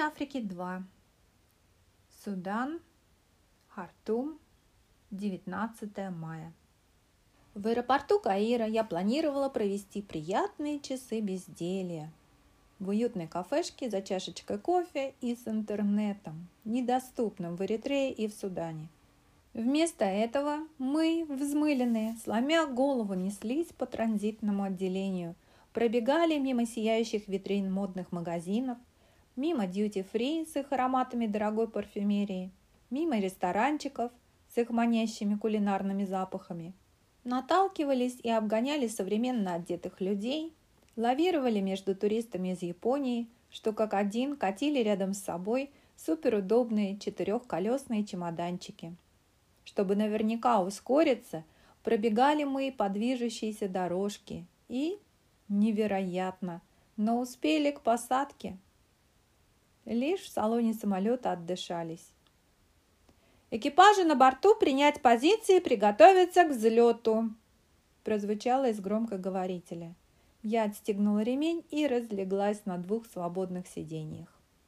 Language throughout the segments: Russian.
Африки 2. Судан, Хартум, 19 мая. В аэропорту Каира я планировала провести приятные часы безделья в уютной кафешке за чашечкой кофе и с интернетом, недоступным в Эритрее и в Судане. Вместо этого мы, взмыленные, сломя голову, неслись по транзитному отделению, пробегали мимо сияющих витрин модных магазинов, мимо дьюти-фри с их ароматами дорогой парфюмерии, мимо ресторанчиков с их манящими кулинарными запахами. Наталкивались и обгоняли современно одетых людей, лавировали между туристами из Японии, что как один катили рядом с собой суперудобные четырехколесные чемоданчики. Чтобы наверняка ускориться, пробегали мы по движущейся дорожке и, невероятно, но успели к посадке. Лишь в салоне самолета отдышались. «Экипажу на борту принять позиции и приготовиться к взлету!» прозвучало из громкоговорителя. Я отстегнула ремень и разлеглась на 2 свободных сиденьях.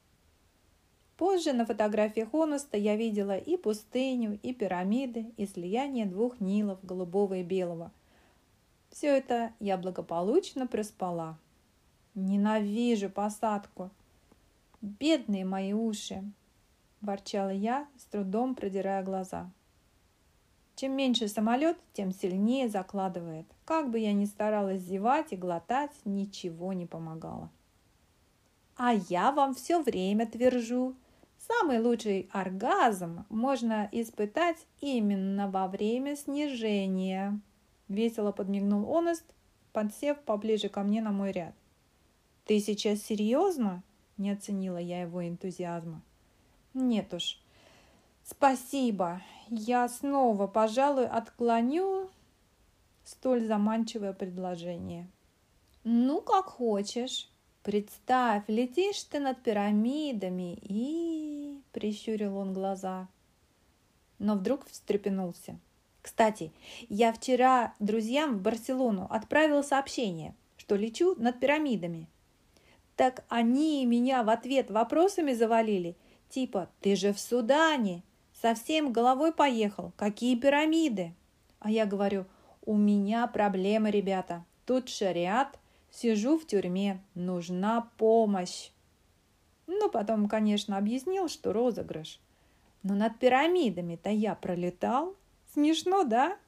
Позже на фотографиях Оноста я видела и пустыню, и пирамиды, и слияние 2 Нилов, голубого и белого. Все это я благополучно проспала. Ненавижу посадку. Бедные мои уши, ворчала я, с трудом продирая глаза. Чем меньше самолет, тем сильнее закладывает. Как бы я ни старалась зевать и глотать, ничего не помогало. А я вам все время твержу, самый лучший оргазм можно испытать именно во время снижения. Весело подмигнул Оneст, подсев поближе ко мне на мой ряд. Ты сейчас серьезно? Не оценила я его энтузиазма. Нет уж. Спасибо. Я снова, пожалуй, отклоню столь заманчивое предложение. Ну, как хочешь. Представь, летишь ты над пирамидами и... Прищурил он глаза. Но вдруг встрепенулся. Кстати, я вчера друзьям в Барселону отправила сообщение, что лечу над пирамидами. Так они меня в ответ вопросами завалили, типа «Ты же в Судане, совсем головой поехал, какие пирамиды?» А я говорю «У меня проблемы, ребята, тут шариат, сижу в тюрьме, нужна помощь». Ну, потом, конечно, объяснил, что розыгрыш. Но над пирамидами-то я пролетал. Смешно, да?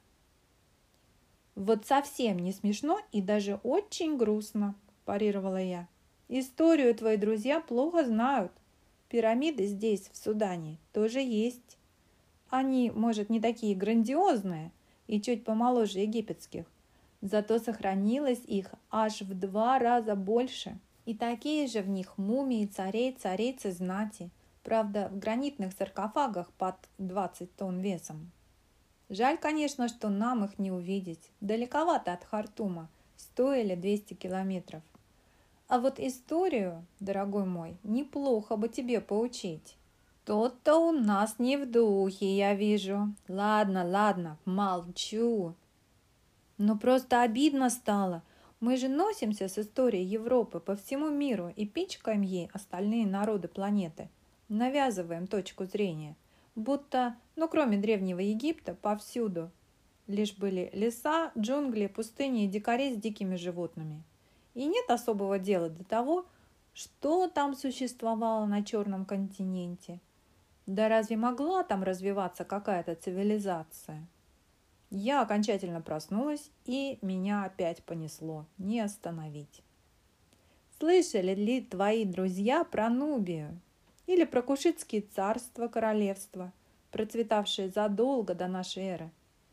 Вот совсем не смешно и даже очень грустно, парировала я. Историю твои друзья плохо знают. Пирамиды здесь, в Судане, тоже есть. Они, может, не такие грандиозные и чуть помоложе египетских, зато сохранилось их аж в 2 раза больше. И такие же в них мумии царей, царицы знати, правда, в гранитных саркофагах под 20 тонн весом. Жаль, конечно, что нам их не увидеть. Далековато от Хартума, 100 или 200 километров. А вот историю, дорогой мой, неплохо бы тебе поучить. Тот-то у нас не в духе, я вижу. Ладно, молчу. Но просто обидно стало. Мы же носимся с историей Европы по всему миру и пичкаем ей остальные народы планеты. Навязываем точку зрения. Будто, кроме Древнего Египта, повсюду лишь были леса, джунгли, пустыни и дикари с дикими животными. И нет особого дела до того, что там существовало на Черном континенте. Да разве могла там развиваться какая-то цивилизация? Я окончательно проснулась, и меня опять понесло. Не остановить. Слышали ли твои друзья про Нубию? Или про Кушитские царства, королевства, процветавшие задолго до нашей эры?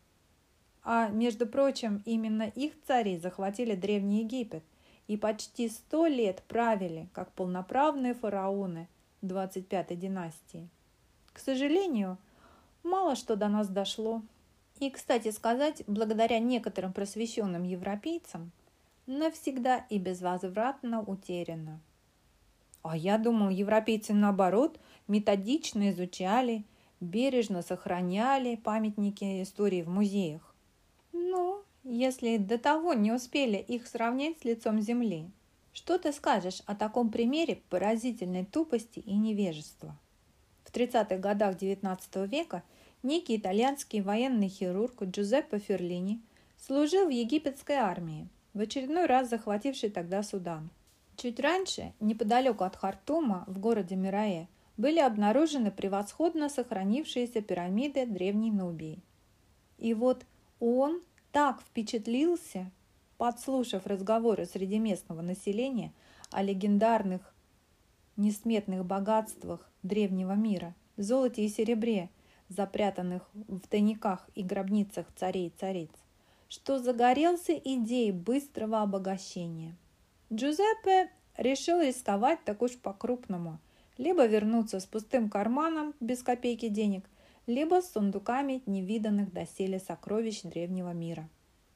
А, между прочим, именно их цари захватили Древний Египет и почти 100 лет правили, как полноправные фараоны 25-й династии. К сожалению, мало что до нас дошло. И, кстати сказать, благодаря некоторым просвещенным европейцам, навсегда и безвозвратно утеряно. А я думал, европейцы, наоборот, методично изучали, бережно сохраняли памятники истории в музеях. Ну, если до того не успели их сравнять с лицом земли, Что ты скажешь о таком примере поразительной тупости и невежества? В 30-х годах XIX века некий итальянский военный хирург Джузеппе Ферлини служил в египетской армии, в очередной раз захватившей тогда Судан. Чуть раньше, неподалеку от Хартума, в городе Мирае, были обнаружены превосходно сохранившиеся пирамиды Древней Нубии. И вот он так впечатлился, подслушав разговоры среди местного населения о легендарных несметных богатствах древнего мира, золоте и серебре, запрятанных в тайниках и гробницах царей и цариц, что загорелся идеей быстрого обогащения. Джузеппе решил рисковать так уж по-крупному, либо вернуться с пустым карманом без копейки денег, либо с сундуками невиданных доселе сокровищ древнего мира.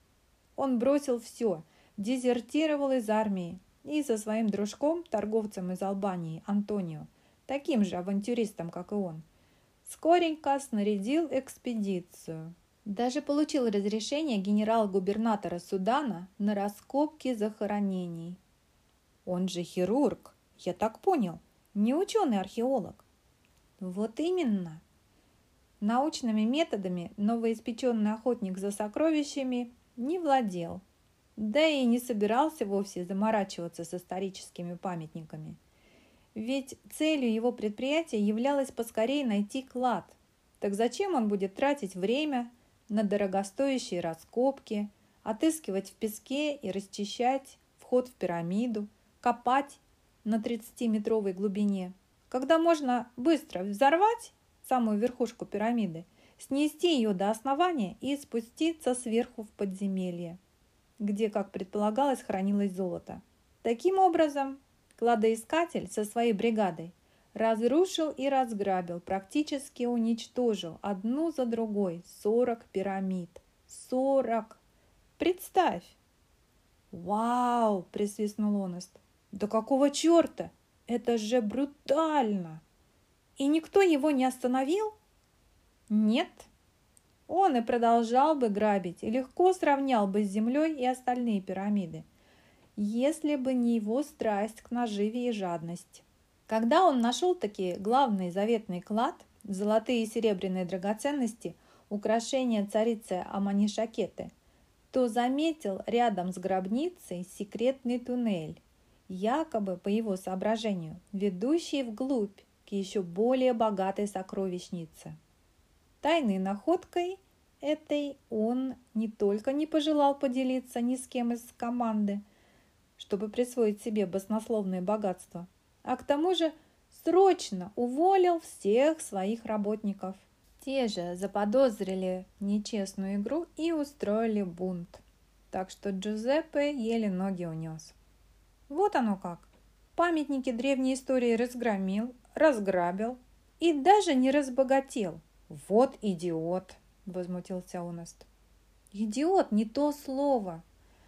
Он бросил все, дезертировал из армии и со своим дружком, торговцем из Албании Антонио, таким же авантюристом, как и он, скоренько снарядил экспедицию. Даже получил разрешение генерал-губернатора Судана на раскопки захоронений. Он же хирург, я так понял, не ученый-археолог. Вот именно. Научными методами новоиспеченный охотник за сокровищами не владел, да и не собирался вовсе заморачиваться с историческими памятниками. Ведь целью его предприятия являлось поскорее найти клад. Так зачем он будет тратить время на дорогостоящие раскопки, отыскивать в песке и расчищать вход в пирамиду, копать на 30-метровой глубине, когда можно быстро взорвать самую верхушку пирамиды, снести ее до основания и спуститься сверху в подземелье, где, как предполагалось, хранилось золото. Таким образом, кладоискатель со своей бригадой разрушил и разграбил, практически уничтожил одну за другой 40 пирамид. 40! Представь! «Вау!» – присвистнул Онест. «Да какого черта? Это же брутально!» «И никто его не остановил?» «Нет. Он и продолжал бы грабить, и легко сравнял бы с землей и остальные пирамиды, если бы не его страсть к наживе и жадность. Когда он нашел таки главный заветный клад, золотые и серебряные драгоценности, украшения царицы Аманишакеты, то заметил рядом с гробницей секретный туннель, якобы, по его соображению, ведущий вглубь к еще более богатой сокровищнице. Тайной находкой этой он не только не пожелал поделиться ни с кем из команды, чтобы присвоить себе баснословное богатство, а к тому же срочно уволил всех своих работников. Те же заподозрили нечестную игру и устроили бунт. Так что Джузеппе еле ноги унес. Вот оно как. Памятники древней истории разгромил, разграбил и даже не разбогател. Вот идиот, возмутился Онест. Идиот, не то слово.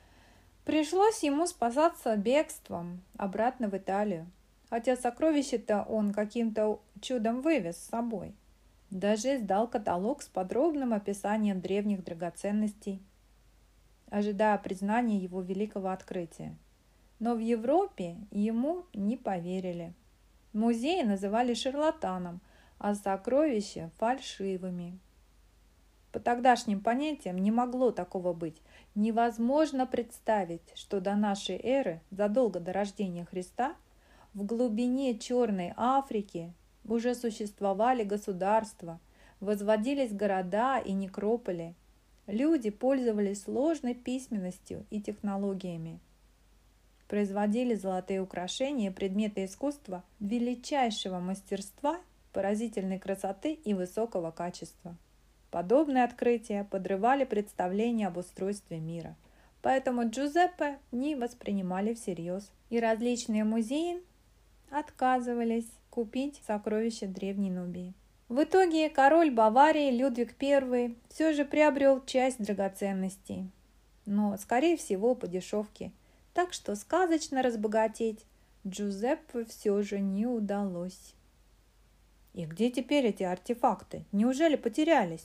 Пришлось ему спасаться бегством обратно в Италию, хотя сокровище-то он каким-то чудом вывез с собой. Даже издал каталог с подробным описанием древних драгоценностей, ожидая признания его великого открытия. Но в Европе ему не поверили. Музеи называли шарлатаном, а сокровища – фальшивыми. По тогдашним понятиям не могло такого быть. Невозможно представить, что до нашей эры, задолго до рождения Христа, в глубине Черной Африки уже существовали государства, возводились города и некрополи. Люди пользовались сложной письменностью и технологиями. Производили золотые украшения и предметы искусства величайшего мастерства, поразительной красоты и высокого качества. Подобные открытия подрывали представления об устройстве мира. Поэтому Джузеппе не воспринимали всерьез. И различные музеи отказывались купить сокровища Древней Нубии. В итоге король Баварии Людвиг I все же приобрел часть драгоценностей, но, скорее всего, по дешевке. Так что сказочно разбогатеть Джузеппе все же не удалось. И где теперь эти артефакты? Неужели потерялись?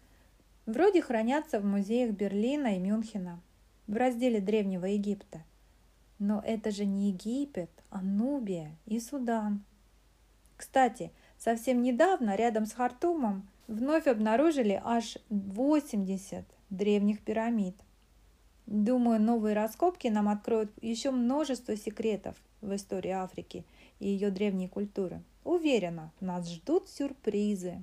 Вроде хранятся в музеях Берлина и Мюнхена в разделе Древнего Египта. Но это же не Египет, а Нубия и Судан. Кстати, совсем недавно рядом с Хартумом вновь обнаружили аж 80 древних пирамид. Думаю, новые раскопки нам откроют еще множество секретов в истории Африки и ее древней культуры. Уверена, нас ждут сюрпризы.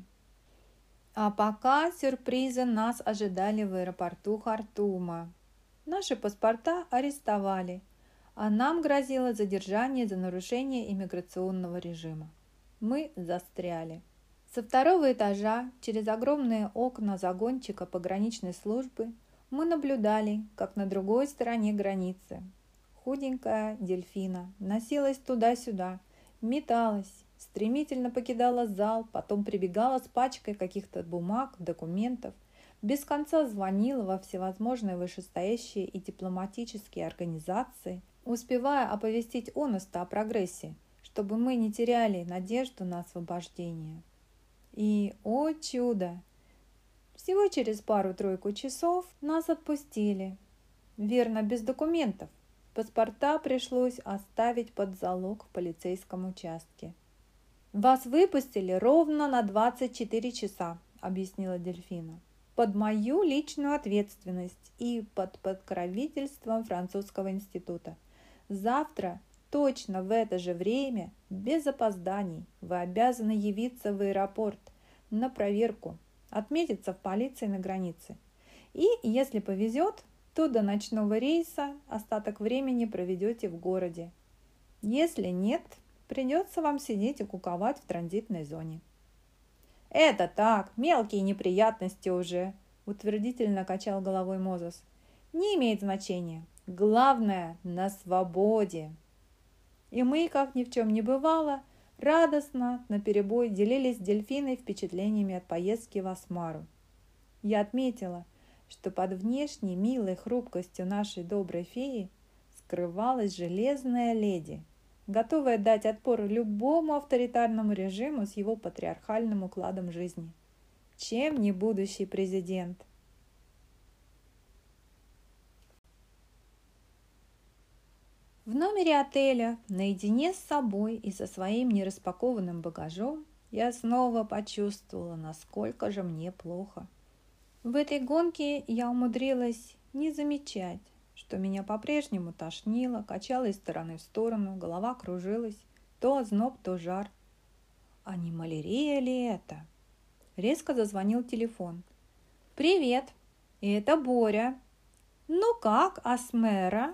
А пока сюрпризы нас ожидали в аэропорту Хартума. Наши паспорта арестовали, а нам грозило задержание за нарушение иммиграционного режима. Мы застряли. Со второго этажа, через огромные окна загончика пограничной службы, мы наблюдали, как на другой стороне границы худенькая дельфина носилась туда-сюда, металась, стремительно покидала зал, потом прибегала с пачкой каких-то бумаг, документов, без конца звонила во всевозможные вышестоящие и дипломатические организации, успевая оповестить ОНУСТа о прогрессе, чтобы мы не теряли надежду на освобождение. И, о чудо! Всего через пару-тройку часов нас отпустили. Верно, без документов. Паспорта пришлось оставить под залог в полицейском участке. «Вас выпустили ровно на 24 часа», – объяснила дельфина. «Под мою личную ответственность и под покровительством французского института. Завтра, точно в это же время, без опозданий, вы обязаны явиться в аэропорт на проверку, отметиться в полиции на границе. И, если повезет, то до ночного рейса остаток времени проведете в городе. Если нет, придется вам сидеть и куковать в транзитной зоне». «Это так, мелкие неприятности уже», – утвердительно качал головой Мозес. «Не имеет значения. Главное – на свободе». И мы, как ни в чем не бывало, радостно наперебой делились с дельфиной впечатлениями от поездки в Асмару. Я отметила, что под внешней милой хрупкостью нашей доброй феи скрывалась железная леди, готовая дать отпор любому авторитарному режиму с его патриархальным укладом жизни. Чем не будущий президент? В номере отеля, наедине с собой и со своим нераспакованным багажом, я снова почувствовала, насколько же мне плохо. В этой гонке я умудрилась не замечать, что меня по-прежнему тошнило, качало из стороны в сторону, голова кружилась, то озноб, то жар. А не малярия ли это? Резко зазвонил телефон. «Привет, это Боря. Ну как, Асмера?»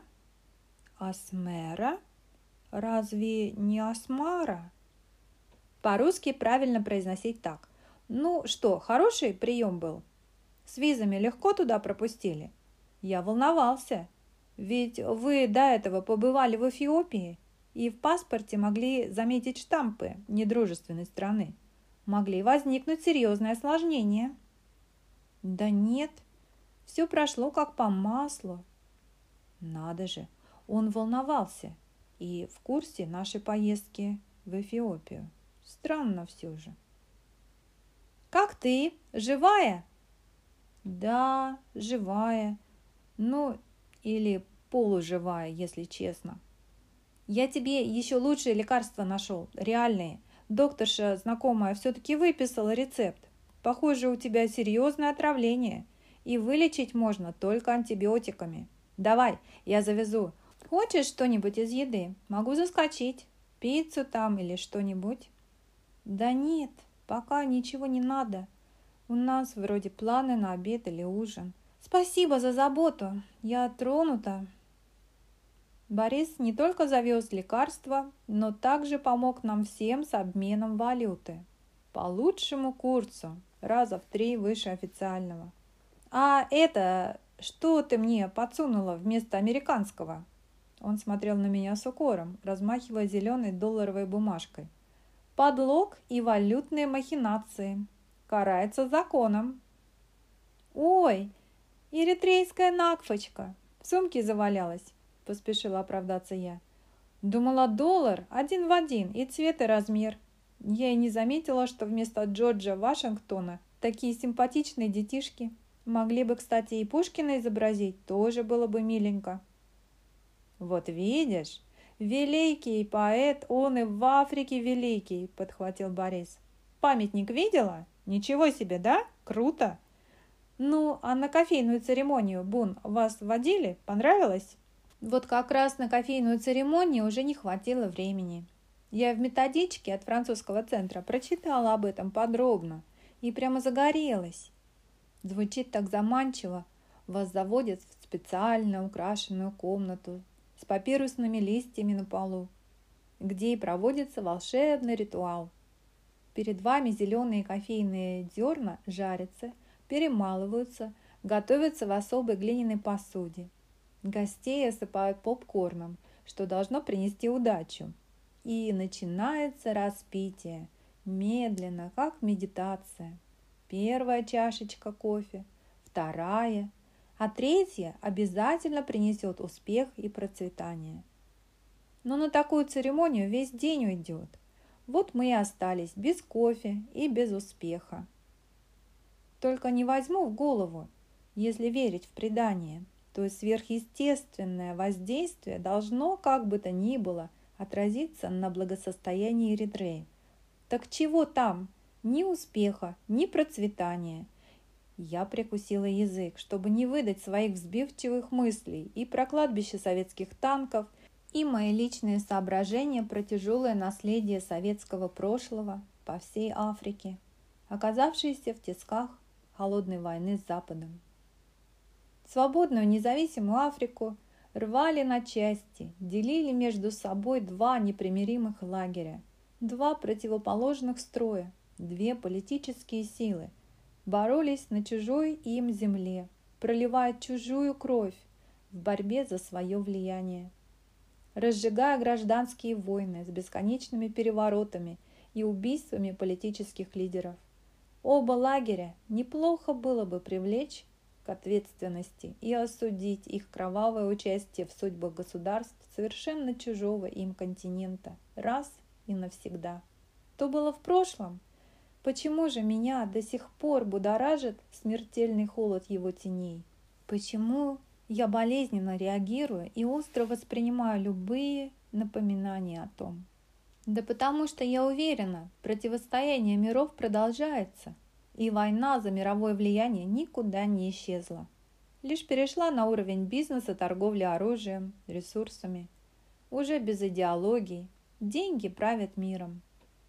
«Асмера? Разве не Асмара?» По-русски правильно произносить так. «Ну что, хороший прием был? С визами легко туда пропустили?» Я волновался, ведь вы до этого побывали в Эфиопии и в паспорте могли заметить штампы недружественной страны. Могли возникнуть серьезные осложнения. Да нет, все прошло как по маслу. Надо же, он волновался и в курсе нашей поездки в Эфиопию. Странно все же. «Как ты? Живая?» «Да, живая. Ну, или полуживая, если честно. Я тебе еще лучшие лекарства нашел, реальные. Докторша знакомая все-таки выписала рецепт. Похоже, у тебя серьезное отравление, и вылечить можно только антибиотиками. Давай, я завезу. Хочешь что-нибудь из еды? Могу заскочить. Пиццу там или что-нибудь?» «Да нет, пока ничего не надо. У нас вроде планы на обед или ужин. Спасибо за заботу, я тронута». Борис не только завез лекарства, но также помог нам всем с обменом валюты. По лучшему курсу, раза в 3 выше официального. «А это, что ты мне подсунула вместо американского?» Он смотрел на меня с укором, размахивая зеленой долларовой бумажкой. «Подлог и валютные махинации. Карается законом». «Ой, эритрейская накфочка, в сумке завалялась», – поспешила оправдаться я. «Думала, доллар один в один, и цвет, и размер. Я и не заметила, что вместо Джорджа Вашингтона такие симпатичные детишки. Могли бы, кстати, и Пушкина изобразить, тоже было бы миленько». Вот видишь, великий поэт, он и в Африке великий, подхватил Борис. Памятник видела? Ничего себе, да? Круто! Ну, а на кофейную церемонию, Бун, вас водили? Понравилось? Вот как раз на кофейную церемонию уже не хватило времени. Я в методичке от французского центра прочитала об этом подробно и прямо загорелась. Звучит так заманчиво. Вас заводят в специально украшенную комнату с папирусными листьями на полу, где и проводится волшебный ритуал. Перед вами зеленые кофейные зерна жарятся, перемалываются, готовятся в особой глиняной посуде. Гостей осыпают попкорном, что должно принести удачу. И начинается распитие, медленно, как медитация. Первая чашечка кофе, вторая, а третья обязательно принесет успех и процветание. Но на такую церемонию весь день уйдет. Вот мы и остались без кофе и без успеха. Только не возьму в голову, если верить в предание, то сверхъестественное воздействие должно, как бы то ни было, отразиться на благосостоянии Эритреи. Так чего там? Ни успеха, ни процветания. Я прикусила язык, чтобы не выдать своих взбивчивых мыслей и про кладбище советских танков, и мои личные соображения про тяжелое наследие советского прошлого по всей Африке, оказавшиеся в тисках холодной войны с Западом. Свободную независимую Африку рвали на части, делили между собой два непримиримых лагеря, два противоположных строя, две политические силы, боролись на чужой им земле, проливая чужую кровь в борьбе за свое влияние, разжигая гражданские войны с бесконечными переворотами и убийствами политических лидеров. Оба лагеря неплохо было бы привлечь к ответственности и осудить их кровавое участие в судьбах государств совершенно чужого им континента раз и навсегда. То было в прошлом. Почему же меня до сих пор будоражит смертельный холод его теней? Почему я болезненно реагирую и остро воспринимаю любые напоминания о том? Да потому что я уверена, противостояние миров продолжается, и война за мировое влияние никуда не исчезла. Лишь перешла на уровень бизнеса, торговли оружием, ресурсами. Уже без идеологий. Деньги правят миром.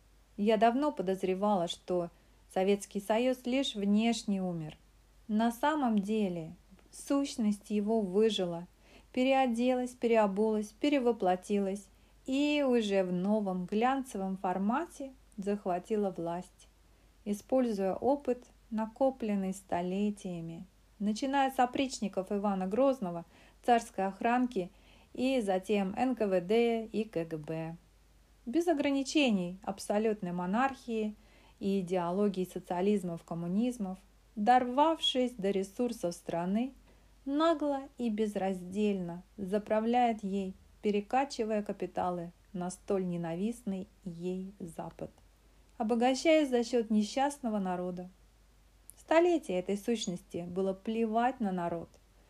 Я давно подозревала, что Советский Союз лишь внешне умер. На самом деле сущность его выжила, переоделась, переобулась, перевоплотилась и уже в новом глянцевом формате захватила власть, используя опыт, накопленный столетиями, начиная с опричников Ивана Грозного, царской охранки и затем НКВД и КГБ. Без ограничений абсолютной монархии и идеологии социализмов, коммунизмов, дорвавшись до ресурсов страны, нагло и безраздельно заправляет ей, перекачивая капиталы на столь ненавистный ей Запад, обогащаясь за счет несчастного народа. Столетия этой сущности было плевать на народ.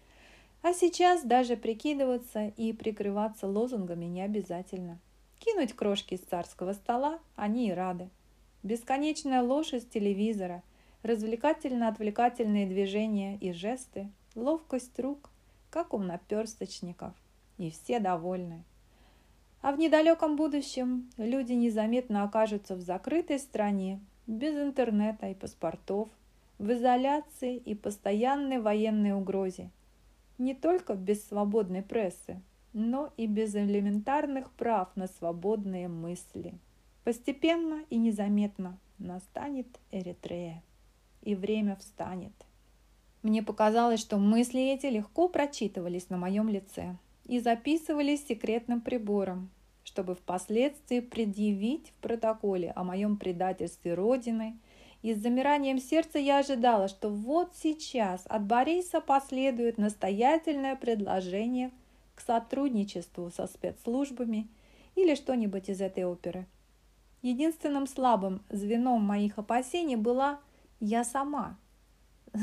А сейчас даже прикидываться и прикрываться лозунгами не обязательно. Кинуть крошки с царского стола они и рады. Бесконечная ложь из телевизора, развлекательно-отвлекательные движения и жесты, ловкость рук, как у наперсточников, и все довольны. А в недалеком будущем люди незаметно окажутся в закрытой стране, без интернета и паспортов, в изоляции и постоянной военной угрозе. Не только без свободной прессы, но и без элементарных прав на свободные мысли. Постепенно и незаметно настанет Эритрея, и время встанет. Мне показалось, что мысли эти легко прочитывались на моем лице и записывались секретным прибором, чтобы впоследствии предъявить в протоколе о моем предательстве Родины. И с замиранием сердца я ожидала, что вот сейчас от Бориса последует настоятельное предложение к сотрудничеству со спецслужбами или что-нибудь из этой оперы. Единственным слабым звеном моих опасений была я сама.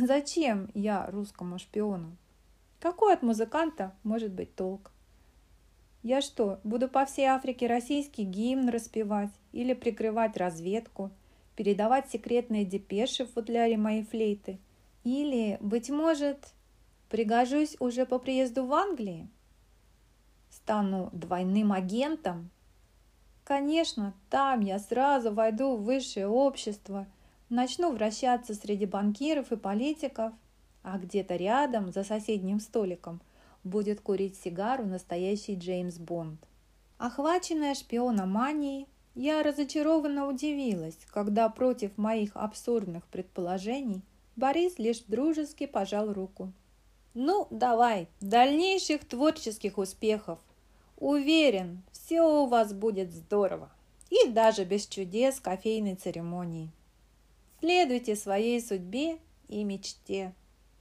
Зачем я русскому шпиону? Какой от музыканта может быть толк? Я что, буду по всей Африке российский гимн распевать или прикрывать разведку, передавать секретные депеши в футляре моей флейты? Или, быть может, пригожусь уже по приезду в Англию? Стану двойным агентом? Конечно, там я сразу войду в высшее общество, начну вращаться среди банкиров и политиков, а где-то рядом, за соседним столиком, будет курить сигару настоящий Джеймс Бонд. Охваченная шпиономанией, я разочарованно удивилась, когда против моих абсурдных предположений Борис лишь дружески пожал руку. «Ну, давай, дальнейших творческих успехов! Уверен, все у вас будет здорово, и даже без чудес кофейной церемонии. Следуйте своей судьбе и мечте».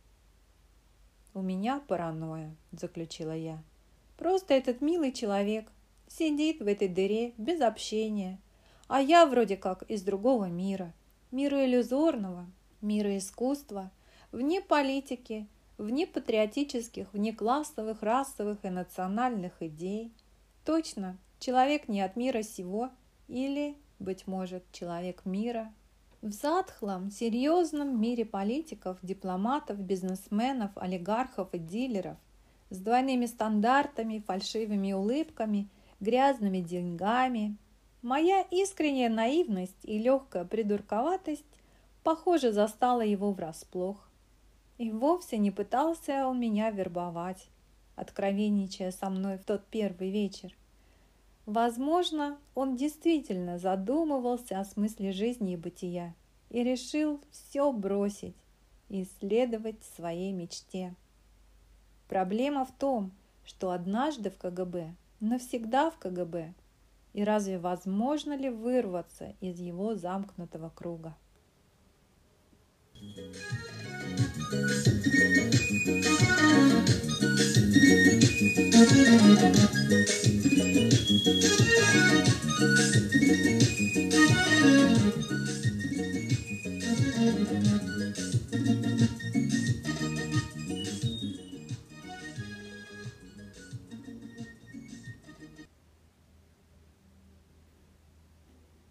«У меня паранойя», – заключила я. «Просто этот милый человек сидит в этой дыре без общения, а я вроде как из другого мира, мира иллюзорного, мира искусства, вне политики, вне патриотических, вне классовых, расовых и национальных идей. Точно, человек не от мира сего или, быть может, человек мира». В затхлом, серьезном мире политиков, дипломатов, бизнесменов, олигархов и дилеров с двойными стандартами, фальшивыми улыбками, грязными деньгами моя искренняя наивность и легкая придурковатость, похоже, застала его врасплох. И вовсе не пытался он меня вербовать, откровенничая со мной в тот первый вечер. Возможно, он действительно задумывался о смысле жизни и бытия и решил все бросить и следовать своей мечте. Проблема в том, что однажды в КГБ, навсегда в КГБ, и разве возможно ли вырваться из его замкнутого круга?